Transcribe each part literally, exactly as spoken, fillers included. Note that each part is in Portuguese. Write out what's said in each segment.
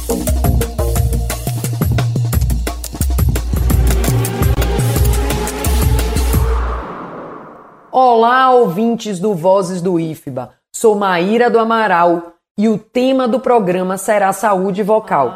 Olá, ouvintes do Vozes do I F B A. Sou Maíra do Amaral e o tema do programa será saúde vocal.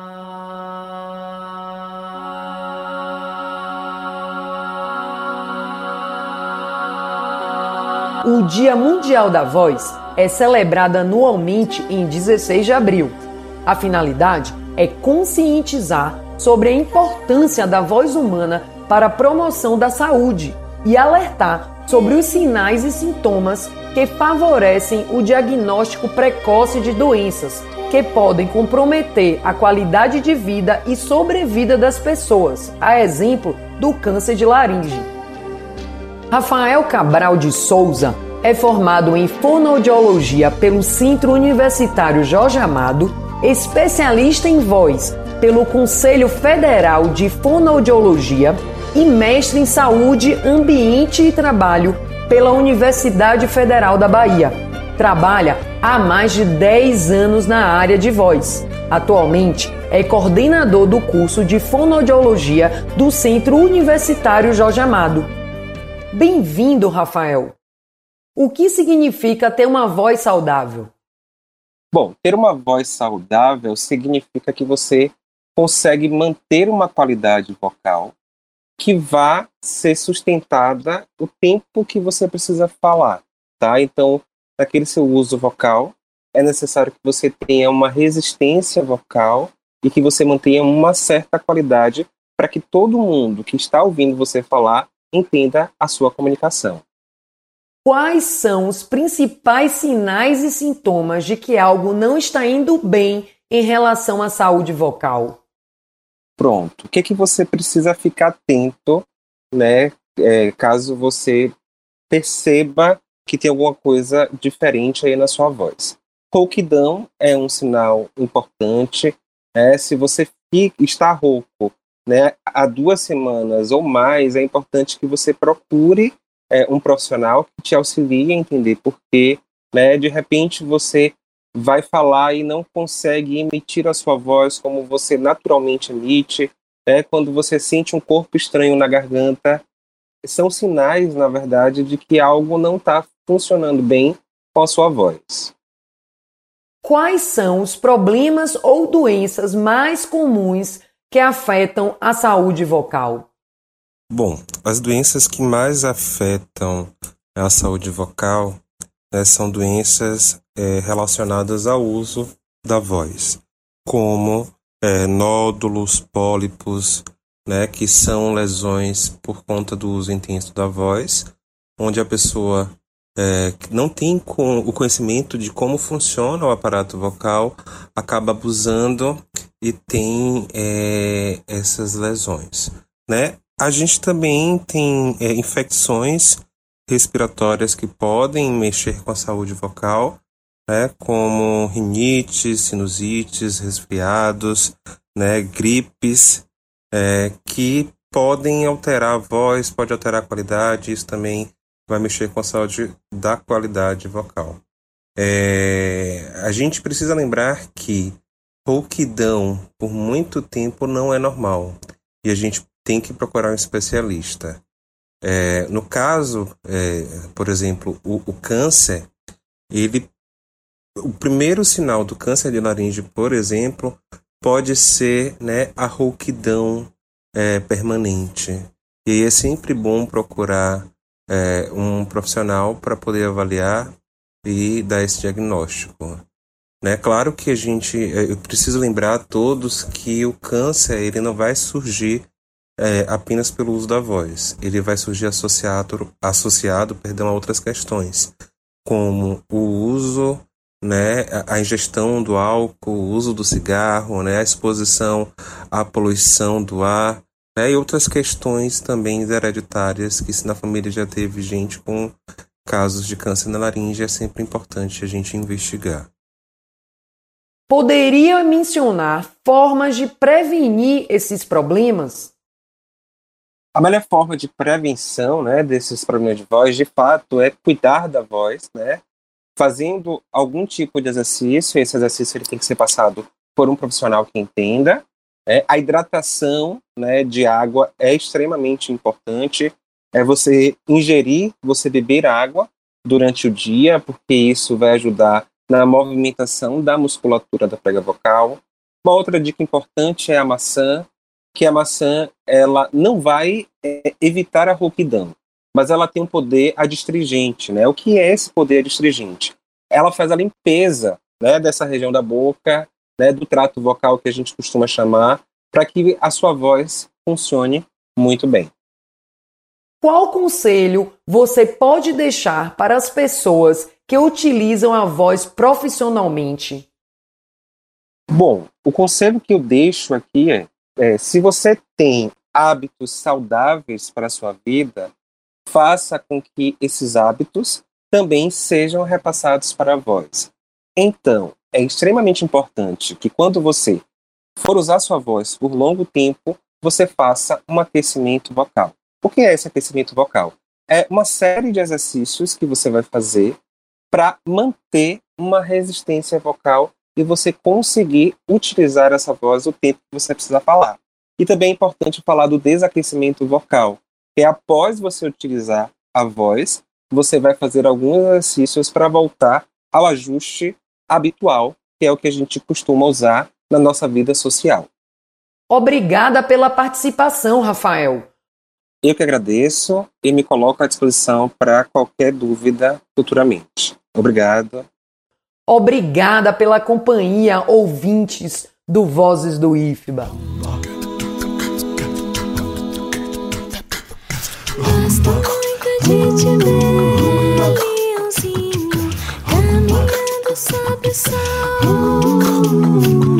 O Dia Mundial da Voz é celebrado anualmente em dezesseis de abril. A finalidade é conscientizar sobre a importância da voz humana para a promoção da saúde e alertar sobre os sinais e sintomas que favorecem o diagnóstico precoce de doenças que podem comprometer a qualidade de vida e sobrevida das pessoas, a exemplo do câncer de laringe. Rafael Cabral de Souza é formado em fonoaudiologia pelo Centro Universitário Jorge Amado, especialista em voz pelo Conselho Federal de Fonoaudiologia e mestre em Saúde, Ambiente e Trabalho pela Universidade Federal da Bahia. Trabalha há mais de dez anos na área de voz. Atualmente é coordenador do curso de Fonoaudiologia do Centro Universitário Jorge Amado. Bem-vindo, Rafael! O que significa ter uma voz saudável? Bom, ter uma voz saudável significa que você consegue manter uma qualidade vocal que vá ser sustentada o tempo que você precisa falar, tá? Então, naquele seu uso vocal, é necessário que você tenha uma resistência vocal e que você mantenha uma certa qualidade para que todo mundo que está ouvindo você falar entenda a sua comunicação. Quais são os principais sinais e sintomas de que algo não está indo bem em relação à saúde vocal? Pronto. O que, que você precisa ficar atento, né, é, caso você perceba que tem alguma coisa diferente aí na sua voz? Rouquidão é um sinal importante. Né? Se você fica, está rouco, né, há duas semanas ou mais, é importante que você procure é, um profissional que te auxilie a entender por quê. Né? De repente você vai falar e não consegue emitir a sua voz como você naturalmente emite, né? Quando você sente um corpo estranho na garganta, são sinais, na verdade, de que algo não está funcionando bem com a sua voz. Quais são os problemas ou doenças mais comuns que afetam a saúde vocal? Bom, as doenças que mais afetam a saúde vocal né, são doenças é, relacionadas ao uso da voz, como é, nódulos, pólipos, né, que são lesões por conta do uso intenso da voz, onde a pessoa é, não tem com, o conhecimento de como funciona o aparato vocal, acaba abusando e tem é, essas lesões. Né? A gente também tem é, infecções respiratórias que podem mexer com a saúde vocal, né, como rinites, sinusites, resfriados, né, gripes, é, que podem alterar a voz, pode alterar a qualidade, isso também vai mexer com a saúde da qualidade vocal. É, a gente precisa lembrar que rouquidão por muito tempo não é normal e a gente tem que procurar um especialista. É, no caso, é, por exemplo, o, o câncer, ele, o primeiro sinal do câncer de laringe, por exemplo, pode ser né, a rouquidão é, permanente. E é sempre bom procurar é, um profissional para poder avaliar e dar esse diagnóstico. Né? Claro que a gente, eu preciso lembrar a todos que o câncer ele não vai surgir É, apenas pelo uso da voz. Ele vai surgir associado, associado perdão, a outras questões, como o uso, né, a ingestão do álcool, o uso do cigarro, né, a exposição à poluição do ar, né, e outras questões também hereditárias, que se na família já teve gente com casos de câncer na laringe, é sempre importante a gente investigar. Poderia mencionar formas de prevenir esses problemas? A melhor forma de prevenção, né, desses problemas de voz, de fato, é cuidar da voz, né, fazendo algum tipo de exercício. Esse exercício ele tem que ser passado por um profissional que entenda. É, a hidratação, né, de água é extremamente importante. É você ingerir, você beber água durante o dia, porque isso vai ajudar na movimentação da musculatura da prega vocal. Uma outra dica importante é a maçã, que a maçã ela não vai é, evitar a rouquidão, mas ela tem um poder adstringente, né? O que é esse poder adstringente? Ela faz a limpeza, né, dessa região da boca, né, do trato vocal que a gente costuma chamar, para que a sua voz funcione muito bem. Qual conselho você pode deixar para as pessoas que utilizam a voz profissionalmente? Bom, o conselho que eu deixo aqui é, é se você tem hábitos saudáveis para a sua vida, faça com que esses hábitos também sejam repassados para a voz. Então, é extremamente importante que quando você for usar sua voz por longo tempo, você faça um aquecimento vocal. O que é esse aquecimento vocal? É uma série de exercícios que você vai fazer para manter uma resistência vocal e você conseguir utilizar essa voz o tempo que você precisa falar. E também é importante falar do desaquecimento vocal, que é após você utilizar a voz, você vai fazer alguns exercícios para voltar ao ajuste habitual, que é o que a gente costuma usar na nossa vida social. Obrigada pela participação, Rafael. Eu que agradeço e me coloco à disposição para qualquer dúvida futuramente. Obrigado. Obrigada pela companhia, ouvintes do Vozes do I F B A. Gosto muito de te ver, leãozinho, caminhando sob o sol.